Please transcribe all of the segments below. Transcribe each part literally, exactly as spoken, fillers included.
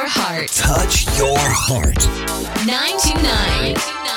heart. Touch your heart. nine two nine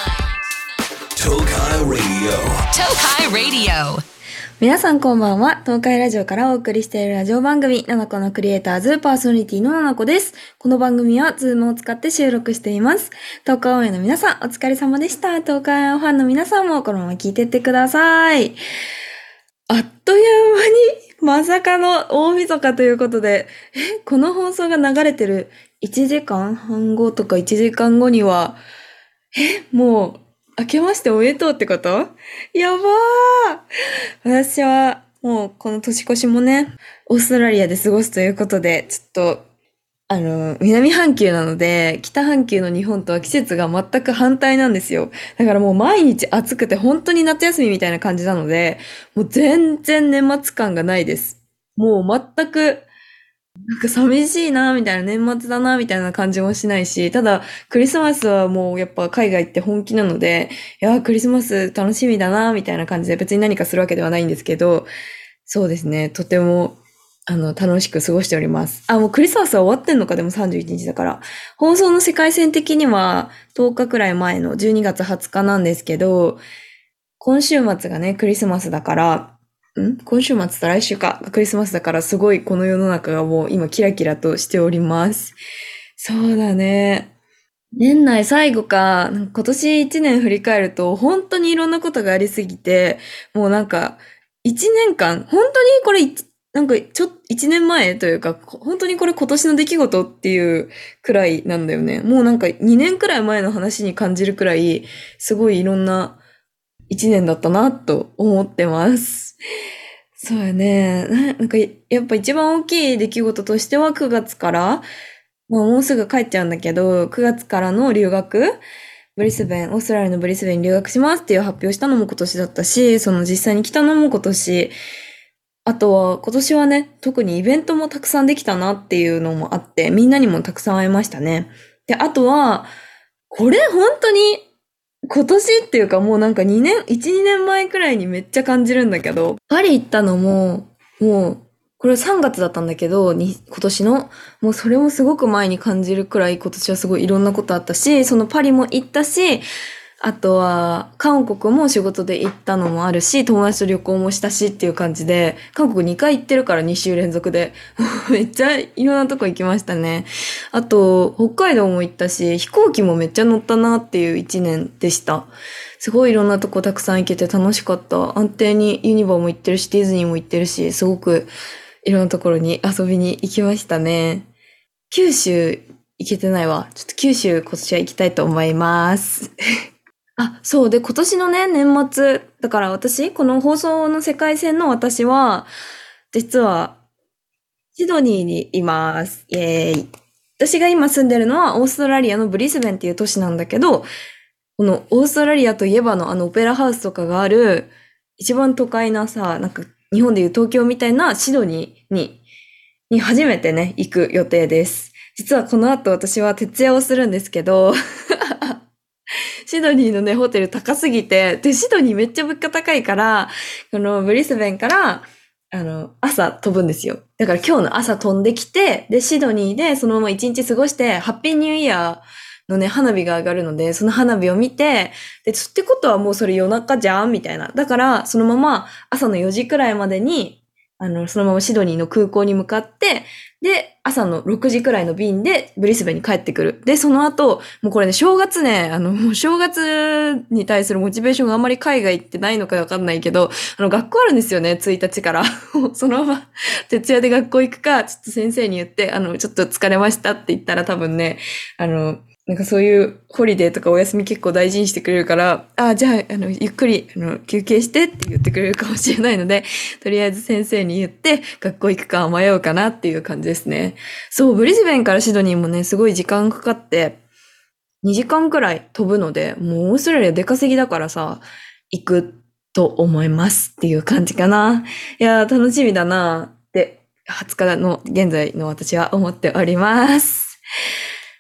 Tokai Radio. Tokai Radio. 皆さんこんばんは。東海ラジオからお送りしているラジオ番組、ナナコのクリエイターズパーソナリティのナナコです。この番組はズームを使って収録しています。東海応援の皆さん、お疲れ様でした。東海ファンの皆さんもこのまま聞いてってください。あっという間に、まさかの大晦日ということで、え、この放送が流れてるいちじかんはん後とかいちじかんごには、え、もう、明けましておめでとうってこと？やばー！私は、もうこの年越しもね、オーストラリアで過ごすということで、ちょっと、あの、南半球なので、北半球の日本とは季節が全く反対なんですよ。だからもう毎日暑くて本当に夏休みみたいな感じなので、もう全然年末感がないです。もう全く、なんか寂しいなみたいな、年末だなみたいな感じもしないし、ただクリスマスはもうやっぱ海外って本気なので、いやクリスマス楽しみだなみたいな感じで別に何かするわけではないんですけど、そうですね、とてもあの楽しく過ごしております。あ、もうクリスマスは終わってんのか、でもさんじゅういちにちだから。放送の世界線的にはとおかくらい前のじゅうにがつはつかなんですけど、今週末がねクリスマスだから、ん今週末と来週か。クリスマスだからすごいこの世の中がもう今キラキラとしております。そうだね。年内最後か、なんか今年一年振り返ると本当にいろんなことがありすぎて、もうなんか一年間、本当にこれ一なんかちょっと一年前というか、本当にこれ今年の出来事っていうくらいなんだよね。もうなんかにねんくらい前の話に感じるくらい、すごいいろんな一年だったなと思ってます。そうやね。ななんかやっぱ一番大きい出来事としてはくがつから、もうもうすぐ帰っちゃうんだけど、くがつからの留学、ブリスベン、オーストラリアのブリスベンに留学しますっていう発表したのも今年だったし、その実際に来たのも今年、あとは今年はね、特にイベントもたくさんできたなっていうのもあって、みんなにもたくさん会えましたね。で、あとは、これ本当に今年っていうかもうなんかにねん、いち、にねんまえくらいにめっちゃ感じるんだけど、パリ行ったのも、もう、これさんがつだったんだけど、に今年の、もうそれもすごく前に感じるくらい今年はすごいいろんなことあったし、そのパリも行ったし、あとは韓国も仕事で行ったのもあるし、友達と旅行もしたしっていう感じで、韓国にかい行ってるからにしゅう連続で、めっちゃいろんなとこ行きましたね。あと、北海道も行ったし、飛行機もめっちゃ乗ったなっていう一年でした。すごいいろんなとこたくさん行けて楽しかった。安定にユニバも行ってるし、ディズニーも行ってるし、すごくいろんなところに遊びに行きましたね。九州行けてないわ。ちょっと九州今年は行きたいと思います。あ、そうで、今年のね、年末、だから私、この放送の世界線の私は、実は、シドニーにいます。イエーイ。私が今住んでるのはオーストラリアのブリスベンっていう都市なんだけど、このオーストラリアといえばのあのオペラハウスとかがある、一番都会なさ、なんか日本でいう東京みたいなシドニーに、に初めてね、行く予定です。実はこの後私は徹夜をするんですけど、シドニーのね、ホテル高すぎて、で、シドニーめっちゃ物価高いから、このブリスベンから、あの、朝飛ぶんですよ。だから今日の朝飛んできて、で、シドニーでそのまま一日過ごして、ハッピーニューイヤーのね、花火が上がるので、その花火を見て、で、ってことはもうそれ夜中じゃんみたいな。だから、そのまま朝のよじくらいまでに、あの、そのままシドニーの空港に向かって、で、朝のろくじくらいの便でブリスベンに帰ってくる。で、その後、もうこれね、正月ね、あの、もう正月に対するモチベーションがあんまり海外行ってないのかわかんないけど、あの、学校あるんですよね、ついたちから。そのまま、徹夜で学校行くか、ちょっと先生に言って、あの、ちょっと疲れましたって言ったら多分ね、あの、なんかそういうホリデーとかお休み結構大事にしてくれるから、ああ、じゃあ、あの、ゆっくり、あの、休憩してって言ってくれるかもしれないので、とりあえず先生に言って、学校行くか迷うかなっていう感じですね。そう、ブリスベンからシドニーもね、すごい時間かかって、にじかんくらい飛ぶので、もうオーストラリア出稼ぎだからさ、行くと思いますっていう感じかな。いやー、楽しみだなって、はつかの現在の私は思っております。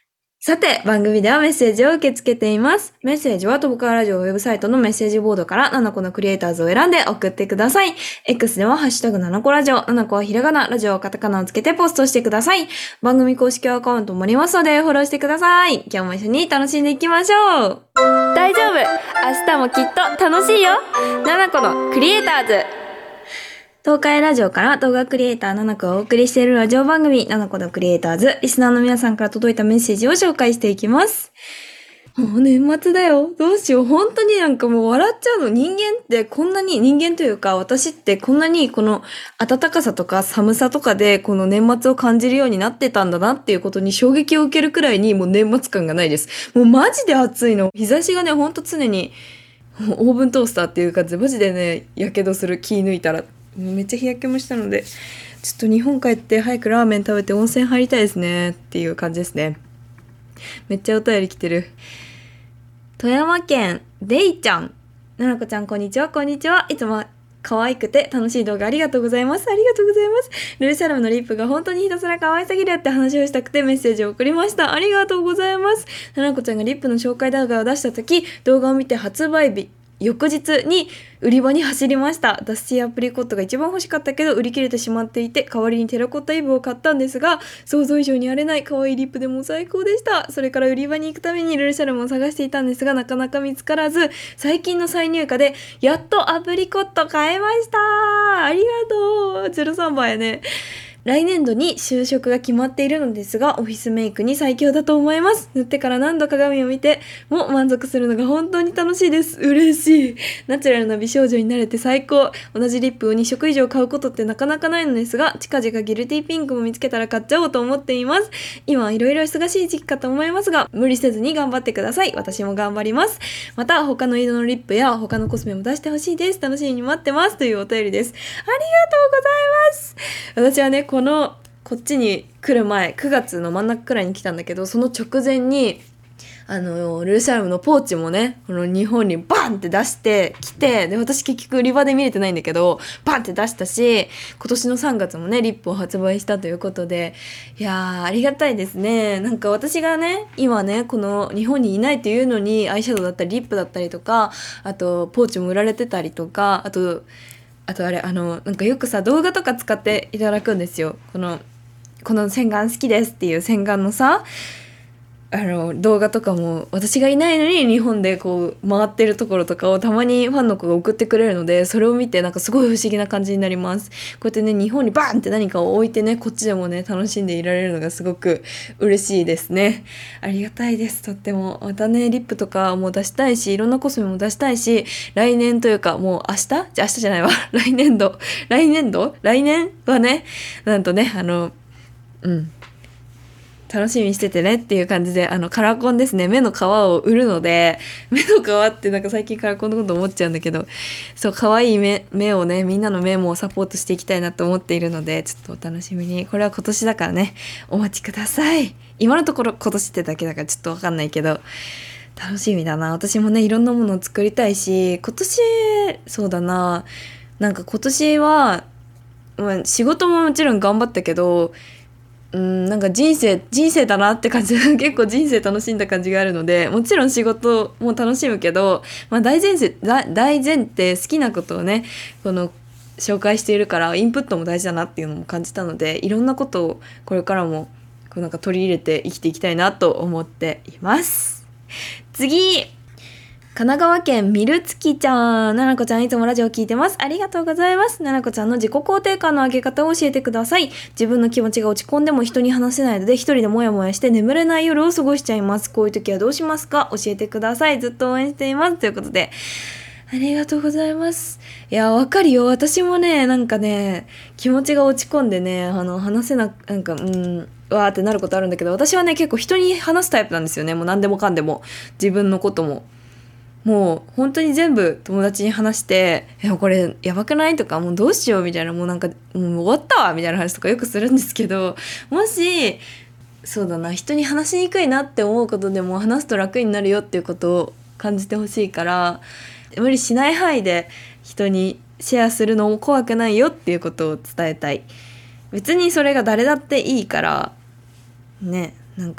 さて、番組ではメッセージを受け付けています。メッセージはトボカーラジオウェブサイトのメッセージボードからななこのクリエイターズを選んで送ってください。X ではハッシュタグななこラジオ、ななこはひらがな、ラジオはカタカナをつけてポストしてください。番組公式アカウントもありますのでフォローしてください。今日も一緒に楽しんでいきましょう。大丈夫。明日もきっと楽しいよ。ななこのクリエイターズ。東海ラジオから動画クリエイターななこがお送りしているラジオ番組ななこのクリエイターズ。リスナーの皆さんから届いたメッセージを紹介していきます。もう年末だよ。どうしよう。本当になんかもう笑っちゃうの。人間ってこんなに、人間というか私ってこんなにこの暖かさとか寒さとかでこの年末を感じるようになってたんだなっていうことに衝撃を受けるくらいにもう年末感がないです。もうマジで暑いの。日差しがね、ほんと常にオーブントースターっていう感じでマジでね、やけどする。気抜いたら。めっちゃ日焼けもしたので、ちょっと日本帰って早くラーメン食べて温泉入りたいですねっていう感じですね。めっちゃお便り来てる。富山県デイちゃん、ななこちゃんこんにちは。こんにちは。いつも可愛くて楽しい動画ありがとうございます。ありがとうございます。ルルシャルムのリップが本当にひたすら可愛すぎるって話をしたくてメッセージを送りました。ありがとうございます。ななこちゃんがリップの紹介動画を出した時、動画を見て発売日翌日に売り場に走りました。ダスティーアプリコットが一番欲しかったけど売り切れてしまっていて、代わりにテラコッタイブを買ったんですが、想像以上に荒れない可愛いリップでも最高でした。それから売り場に行くためにルルシャルムを探していたんですが、なかなか見つからず、最近の再入荷でやっとアプリコット買えました。ありがとう。ゼロさんばんやね。来年度に就職が決まっているのですが、オフィスメイクに最強だと思います。塗ってから何度鏡を見ても満足するのが本当に楽しいです。嬉しい。ナチュラルな美少女になれて最高。同じリップをにしょく以上買うことってなかなかないのですが、近々ギルティピンクも見つけたら買っちゃおうと思っています。今はいろいろ忙しい時期かと思いますが、無理せずに頑張ってください。私も頑張ります。また他の色のリップや他のコスメも出してほしいです。楽しみに待ってますというお便りです。ありがとうございます。私はね、このこっちに来る前くがつの真ん中くらいに来たんだけど、その直前にあのルーシャルムのポーチもね、この日本にバンって出してきて、で私結局売り場で見れてないんだけどバンって出したし、今年のさんがつもねリップを発売したということで、いやーありがたいですね。なんか私がね今ねこの日本にいないというのにアイシャドウだったりリップだったりとか、あとポーチも売られてたりとか、あとあとあれあのなんかよくさ動画とか使っていただくんですよ。このこの洗顔好きですっていう洗顔のさあの動画とかも私がいないのに日本でこう回ってるところとかをたまにファンの子が送ってくれるので、それを見てなんかすごい不思議な感じになります。こうやってね日本にバーンって何かを置いてねこっちでもね楽しんでいられるのがすごく嬉しいですね。ありがたいです。とってもまたねリップとかも出したいし、いろんなコスメも出したいし、来年というかもう明日じゃ明日じゃないわ来年度来年度来年はねなんとねあのうん楽しみにしててねっていう感じで、あのカラコンですね、目の皮を売るので、目の皮ってなんか最近カラコンのこと思っちゃうんだけど、そう可愛い 目, 目をねみんなの目もサポートしていきたいなと思っているので、ちょっとお楽しみに。これは今年だからねお待ちください。今のところ今年ってだけだからちょっとわかんないけど楽しみだな。私もねいろんなものを作りたいし、今年そうだな、なんか今年は、まあ、仕事ももちろん頑張ったけど、うん、なんか人生人生だなって感じで結構人生楽しんだ感じがあるので、もちろん仕事も楽しむけど、まあ、大前提大前提好きなことをねこの紹介しているからインプットも大事だなっていうのも感じたので、いろんなことをこれからもこうなんか取り入れて生きていきたいなと思っています。次、神奈川県みるつきちゃん、ななこちゃんいつもラジオ聞いてます。ありがとうございます。ななこちゃんの自己肯定感の上げ方を教えてください。自分の気持ちが落ち込んでも人に話せないので、一人でモヤモヤして眠れない夜を過ごしちゃいます。こういう時はどうしますか？教えてください。ずっと応援しています。ということで、ありがとうございます。いや、わかるよ。私もね、なんかね、気持ちが落ち込んでね、あの、話せな、なんか、うん、わーってなることあるんだけど、私はね、結構人に話すタイプなんですよね。もう何でもかんでも。自分のことも。もう本当に全部友達に話して、いやこれやばくないとか、もうどうしようみたいな、もうなんかもう終わったわみたいな話とかよくするんですけど、もしそうだな、人に話しにくいなって思うことでも話すと楽になるよっていうことを感じてほしいから、無理しない範囲で人にシェアするのも怖くないよっていうことを伝えたい。別にそれが誰だっていいからね、なんか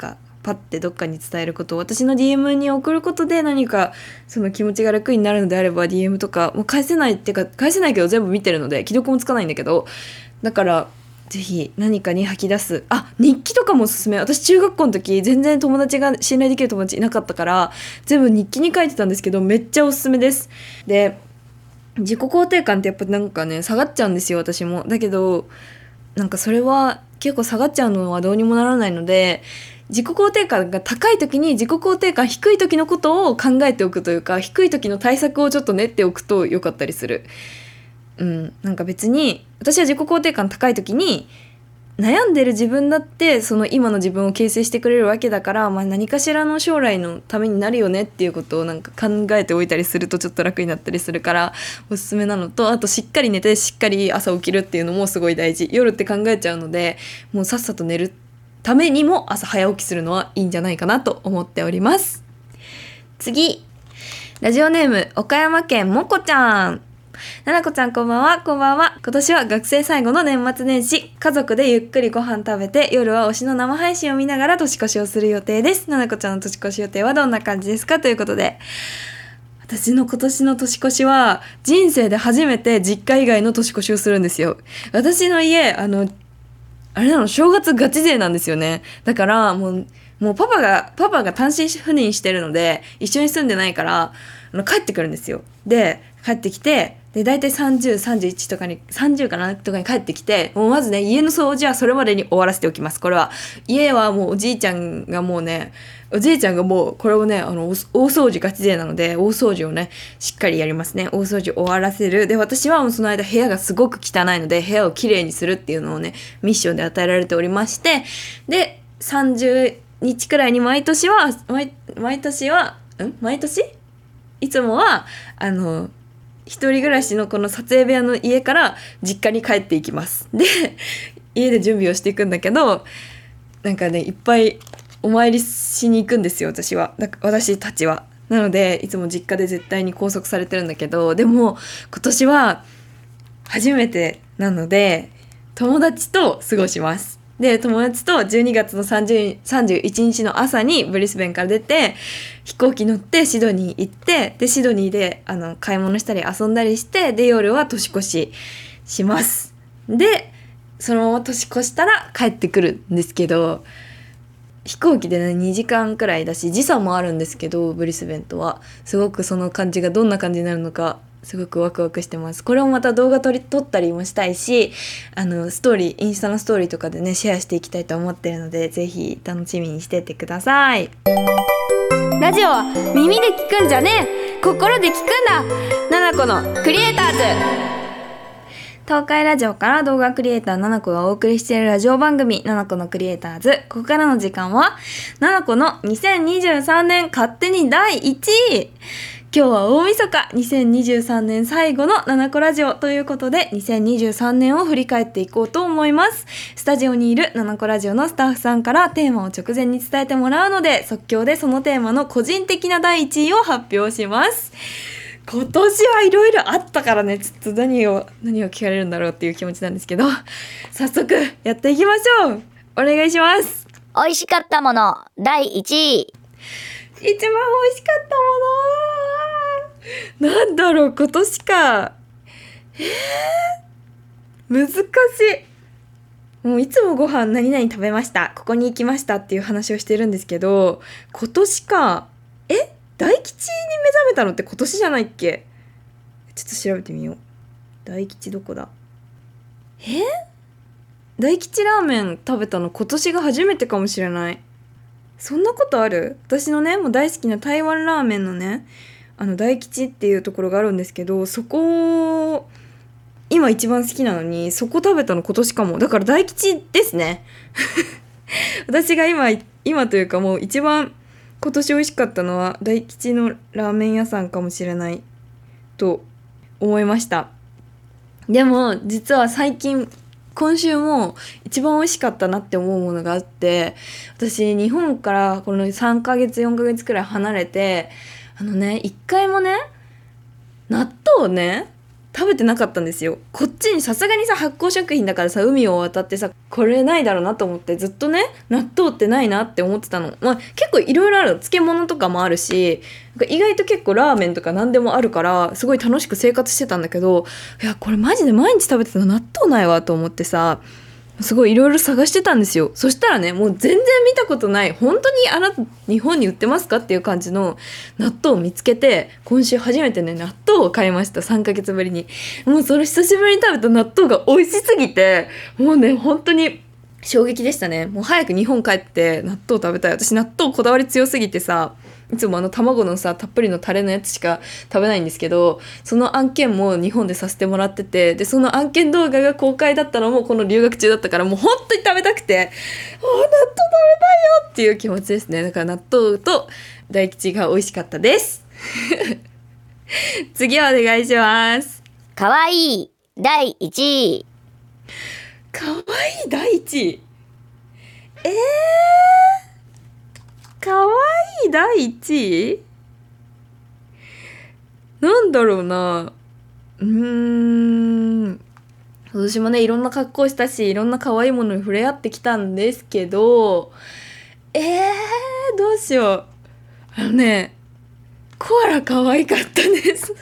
パッてどっかに伝えること、私の ディーエム に送ることで何かその気持ちが楽になるのであれば ディーエム とかもう返せないっていうか返せないけど全部見てるので既読もつかないんだけど、だからぜひ何かに吐き出す。あ、日記とかもおすすめ。私中学校の時全然友達が信頼できる友達いなかったから全部日記に書いてたんですけど、めっちゃおすすめです。で、自己肯定感ってやっぱなんかね下がっちゃうんですよ、私も。だけどなんかそれは結構下がっちゃうのはどうにもならないので、自己肯定感が高い時に自己肯定感低い時のことを考えておくというか、低い時の対策をちょっと練っておくと良かったりする。うん、なんか別に私は自己肯定感高い時に悩んでる自分だってその今の自分を形成してくれるわけだから、まあ、何かしらの将来のためになるよねっていうことをなんか考えておいたりするとちょっと楽になったりするからおすすめなのと、あとしっかり寝てしっかり朝起きるっていうのもすごい大事。夜って考えちゃうので、もうさっさと寝るためにも朝早起きするのはいいんじゃないかなと思っております。次、ラジオネーム岡山県もこちゃん。ななこちゃんこんばんは。こんばんは。今年は学生最後の年末年始、家族でゆっくりご飯食べて夜は推しの生配信を見ながら年越しをする予定です。ななこちゃんの年越し予定はどんな感じですか、ということで、私の今年の年越しは人生で初めて実家以外の年越しをするんですよ。私の家あのあれなの、正月ガチ勢なんですよね。だからもうもうパパがパパが単身赴任してるので一緒に住んでないからあの帰ってくるんですよ。で帰ってきて、で大体さんじゅう、さんじゅういちとかにさんじゅうかなとかに帰ってきて、もうまずね家の掃除はそれまでに終わらせておきます。これは家はもうおじいちゃんがもうねおじいちゃんがもうこれをねあの大掃除ガチ勢なので大掃除をねしっかりやりますね。大掃除終わらせる。で私はもうその間部屋がすごく汚いので部屋をきれいにするっていうのをねミッションで与えられておりまして、でさんじゅうにちくらいに毎年は毎, 毎年はん毎年いつもはあの一人暮らしのこの撮影部屋の家から実家に帰っていきます。で家で準備をしていくんだけど、なんかねいっぱいお参りしに行くんですよ、私は。だから私たちはなのでいつも実家で絶対に拘束されてるんだけど、でも今年は初めてなので友達と過ごします。で友達とじゅうにがつのさんじゅう、さんじゅういちにちの朝にブリスベンから出て飛行機乗ってシドニー行って、でシドニーであの買い物したり遊んだりして、で夜は年越しします。でそのまま年越したら帰ってくるんですけど、飛行機でねにじかんくらいだし時差もあるんですけど、ブリスベンとはすごくその感じがどんな感じになるのかすごくワクワクしてます。これをまた動画撮り撮ったりもしたいし、あのストーリーインスタのストーリーとかでねシェアしていきたいと思ってるので、ぜひ楽しみにしててください。ラジオは耳で聞くんじゃねえ、心で聞くんだ。ななこのクリエイターズ。東海ラジオから動画クリエイターななこがお送りしているラジオ番組ななこのクリエイターズ。ここからの時間はななこのにせんにじゅうさんねん勝手にだいいちい。今日は大晦日、にせんにじゅうさんねん最後のななこラジオということでにせんにじゅうさんねんを振り返っていこうと思います。スタジオにいるななこラジオのスタッフさんからテーマを直前に伝えてもらうので、即興でそのテーマの個人的なだいいちいを発表します。今年はいろいろあったからね、ちょっと何を何を聞かれるんだろうっていう気持ちなんですけど、早速やっていきましょう。お願いします。 美味しかったものだいいちい。 一番美味しかったものなんだろう、今年か。えー、難しい。もういつもご飯何々食べました、ここに行きましたっていう話をしてるんですけど、今年か。え大吉に目覚めたのって今年じゃないっけ？ちょっと調べてみよう。大吉どこだ？え？大吉ラーメン食べたの今年が初めてかもしれない。そんなことある？私のねもう大好きな台湾ラーメンのねあの大吉っていうところがあるんですけど、そこ今一番好きなのにそこ食べたの今年かも。だから大吉ですね私が今今というかもう一番今年美味しかったのは大吉のラーメン屋さんかもしれないと思いました。でも実は最近今週も一番美味しかったなって思うものがあって、私日本からこのさんかげつよんかげつくらい離れて、あのね一回もね納豆をね食べてなかったんですよ。こっちにさすがにさ発酵食品だからさ海を渡ってさこれないだろうなと思ってずっとね納豆ってないなって思ってたの。まあ結構いろいろあるの。漬物とかもあるし意外と結構ラーメンとか何でもあるからすごい楽しく生活してたんだけど、いやこれマジで毎日食べてたの納豆ないわと思ってさすごいいろいろ探してたんですよ。そしたらねもう全然見たことない本当にあなた日本に売ってますかっていう感じの納豆を見つけて今週初めてね納豆を買いました。さんかげつぶりに。もうそれ久しぶりに食べた納豆が美味しすぎてもうね本当に衝撃でしたね。もう早く日本帰って納豆食べたい。私納豆こだわり強すぎてさいつもあの卵のさたっぷりのタレのやつしか食べないんですけど、その案件も日本でさせてもらってて、でその案件動画が公開だったのもこの留学中だったからもう本当に食べたくて、あ納豆食べたいよっていう気持ちですね。だから納豆と大吉が美味しかったです次お願いします。 かわいいだいいちい。 かわいいだいいちい。えーかわいいだいいちいなんだろうな。うーん私もねいろんな格好したしいろんな可愛いものに触れ合ってきたんですけど、えーどうしよう。あのねコアラ可愛かったです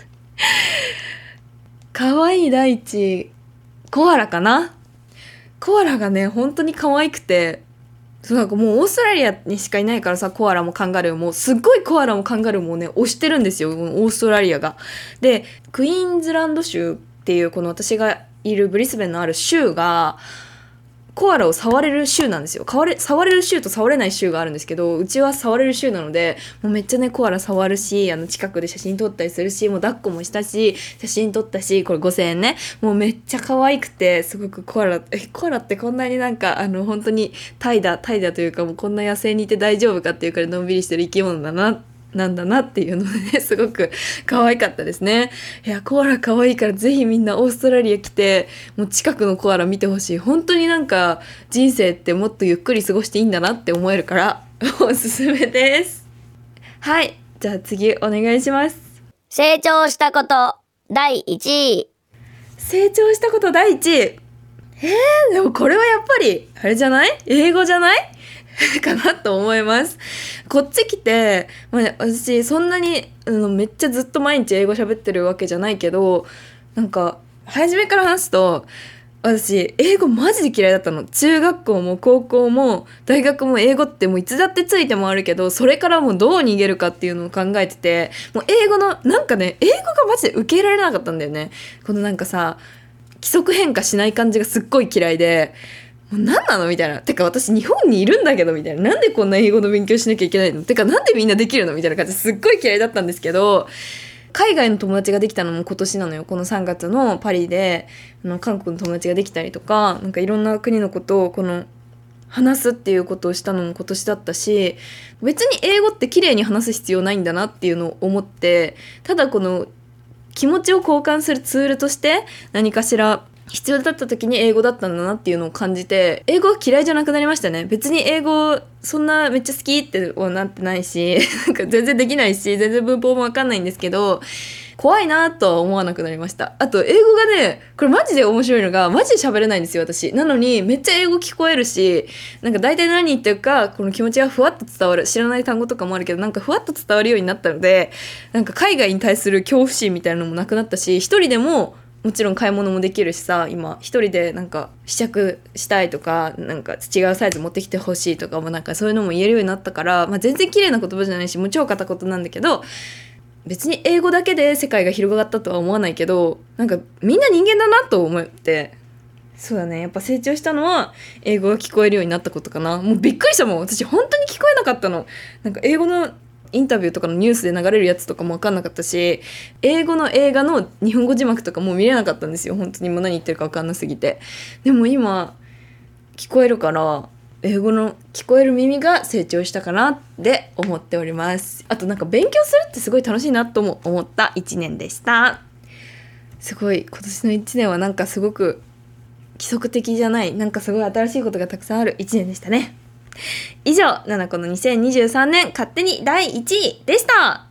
可愛いだいいちいコアラかな。コアラがね本当に可愛くて、そうなんかもうオーストラリアにしかいないからさコアラもカンガルーもすっごいコアラもカンガルーもね推してるんですよこのオーストラリアが。でクイーンズランド州っていうこの私がいるブリスベンのある州がコアラを触れる州なんですよ。触れ、触れる州と触れない州があるんですけどうちは触れる州なのでもうめっちゃねコアラ触るしあの近くで写真撮ったりするしもう抱っこもしたし写真撮ったしこれごせんえんねもうめっちゃ可愛くてすごくコアラえコアラってこんなになんかあの本当にタイだタイだというかもうこんな野生にいて大丈夫かっていうくらいのんびりしてる生き物だななんだなっていうのでねすごく可愛かったですね。いやコアラ可愛いからぜひみんなオーストラリア来てもう近くのコアラ見てほしい。本当になんか人生ってもっとゆっくり過ごしていいんだなって思えるからおすすめです。はいじゃあ次お願いします。 成長したことだいいちい。 成長したことだいいちい。えー、でもこれはやっぱりあれじゃない？英語じゃないかなと思います。こっち来て、まあ、私そんなに、うん、めっちゃずっと毎日英語喋ってるわけじゃないけどなんか初めから話すと私英語マジで嫌いだったの。中学校も高校も大学も英語ってもういつだってついてもあるけどそれからもうどう逃げるかっていうのを考えててもう英語のなんかね英語がマジで受け入れられなかったんだよね。このなんかさ規則変化しない感じがすっごい嫌いでもう何なのみたいな。てか私日本にいるんだけどみたいな。なんでこんな英語の勉強しなきゃいけないのてかなんでみんなできるのみたいな感じですっごい嫌いだったんですけど海外の友達ができたのも今年なのよ。このさんがつのパリであの韓国の友達ができたりとかなんかいろんな国のことをこの話すっていうことをしたのも今年だったし別に英語って綺麗に話す必要ないんだなっていうのを思ってただこの気持ちを交換するツールとして何かしら必要だった時に英語だったんだなっていうのを感じて英語は嫌いじゃなくなりましたね。別に英語そんなめっちゃ好きってはなってないしなんか全然できないし全然文法もわかんないんですけど怖いなとは思わなくなりました。あと英語がねこれマジで面白いのがマジで喋れないんですよ私。なのにめっちゃ英語聞こえるしなんか大体何言ってるかこの気持ちがふわっと伝わる。知らない単語とかもあるけどなんかふわっと伝わるようになったのでなんか海外に対する恐怖心みたいなのもなくなったし一人でももちろん買い物もできるしさ今一人でなんか試着したいとかなんか違うサイズ持ってきてほしいとかもなんかそういうのも言えるようになったから、まあ、全然綺麗な言葉じゃないしもう超片言なんだけど別に英語だけで世界が広がったとは思わないけどなんかみんな人間だなと思ってそうだねやっぱ成長したのは英語が聞こえるようになったことかな。もうびっくりしたもん私本当に聞こえなかったの。なんか英語のインタビューとかのニュースで流れるやつとかも分かんなかったし英語の映画の日本語字幕とかもう見れなかったんですよ。本当にもう何言ってるか分かんなすぎて。でも今聞こえるから英語の聞こえる耳が成長したかなって思っております。あとなんか勉強するってすごい楽しいなとも思ったいちねんでした。すごい今年のいちねんはなんかすごく規則的じゃないなんかすごい新しいことがたくさんあるいちねんでしたね。以上、ななこのにせんにじゅうさんねん勝手にだいいちいでした。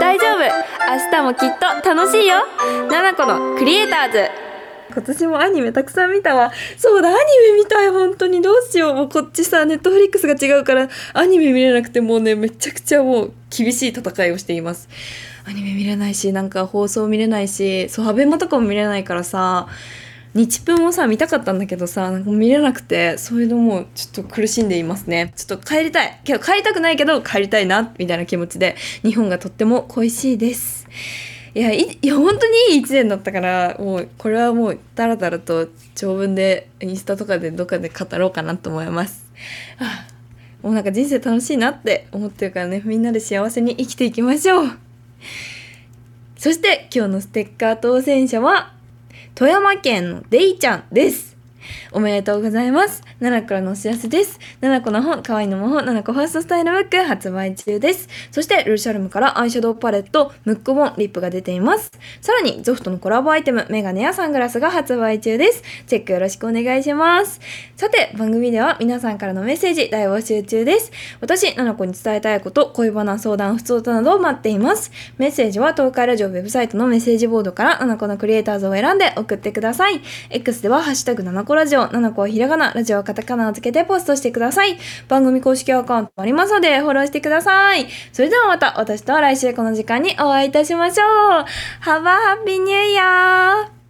大丈夫。明日もきっと楽しいよ。ななこのクリエイターズ。今年もアニメたくさん見たわ。そうだ、アニメ見たい。本当にどうしよう。もうこっちさ、ネットフリックスが違うからアニメ見れなくて、もうねめちゃくちゃもう厳しい戦いをしています。アニメ見れないし、なんか放送見れないし、そうアベマとかも見れないからさ、日プもさ見たかったんだけどさ、なんか見れなくて、そういうのもちょっと苦しんでいますね。ちょっと帰りたいけど、帰りたくないけど帰りたいなみたいな気持ちで、日本がとっても恋しいです。いや、いいや本当にいい一年だったから、もうこれはもうだらだらと長文でインスタとかでどっかで語ろうかなと思います。はあ、もうなんか人生楽しいなって思ってるからね、みんなで幸せに生きていきましょう。そして今日のステッカー当選者は富山県のデイちゃんです。おめでとうございます。ナナからのお知らせです。ナナコの本、かわいいの魔法、ナナコファーストスタイルブック発売中です。そしてルーシャルムからアイシャドウパレット、ムックボン、リップが出ています。さらにゾフとのコラボアイテム、メガネやサングラスが発売中です。チェックよろしくお願いします。さて、番組では皆さんからのメッセージ大募集中です。私、ナナコに伝えたいこと、恋バナ、相談、普通歌などを待っています。メッセージは東海ラジオウェブサイトのメッセージボードからナナコのクリエイターズを選んで送ってください。X ではハッシュタグナナコラジオ、ナナコはひらがな、ラジオはカタカナをつけてポストしてください。番組公式アカウントもありますのでフォローしてください。それではまた私と来週この時間にお会いいたしましょう。Have a happy new year!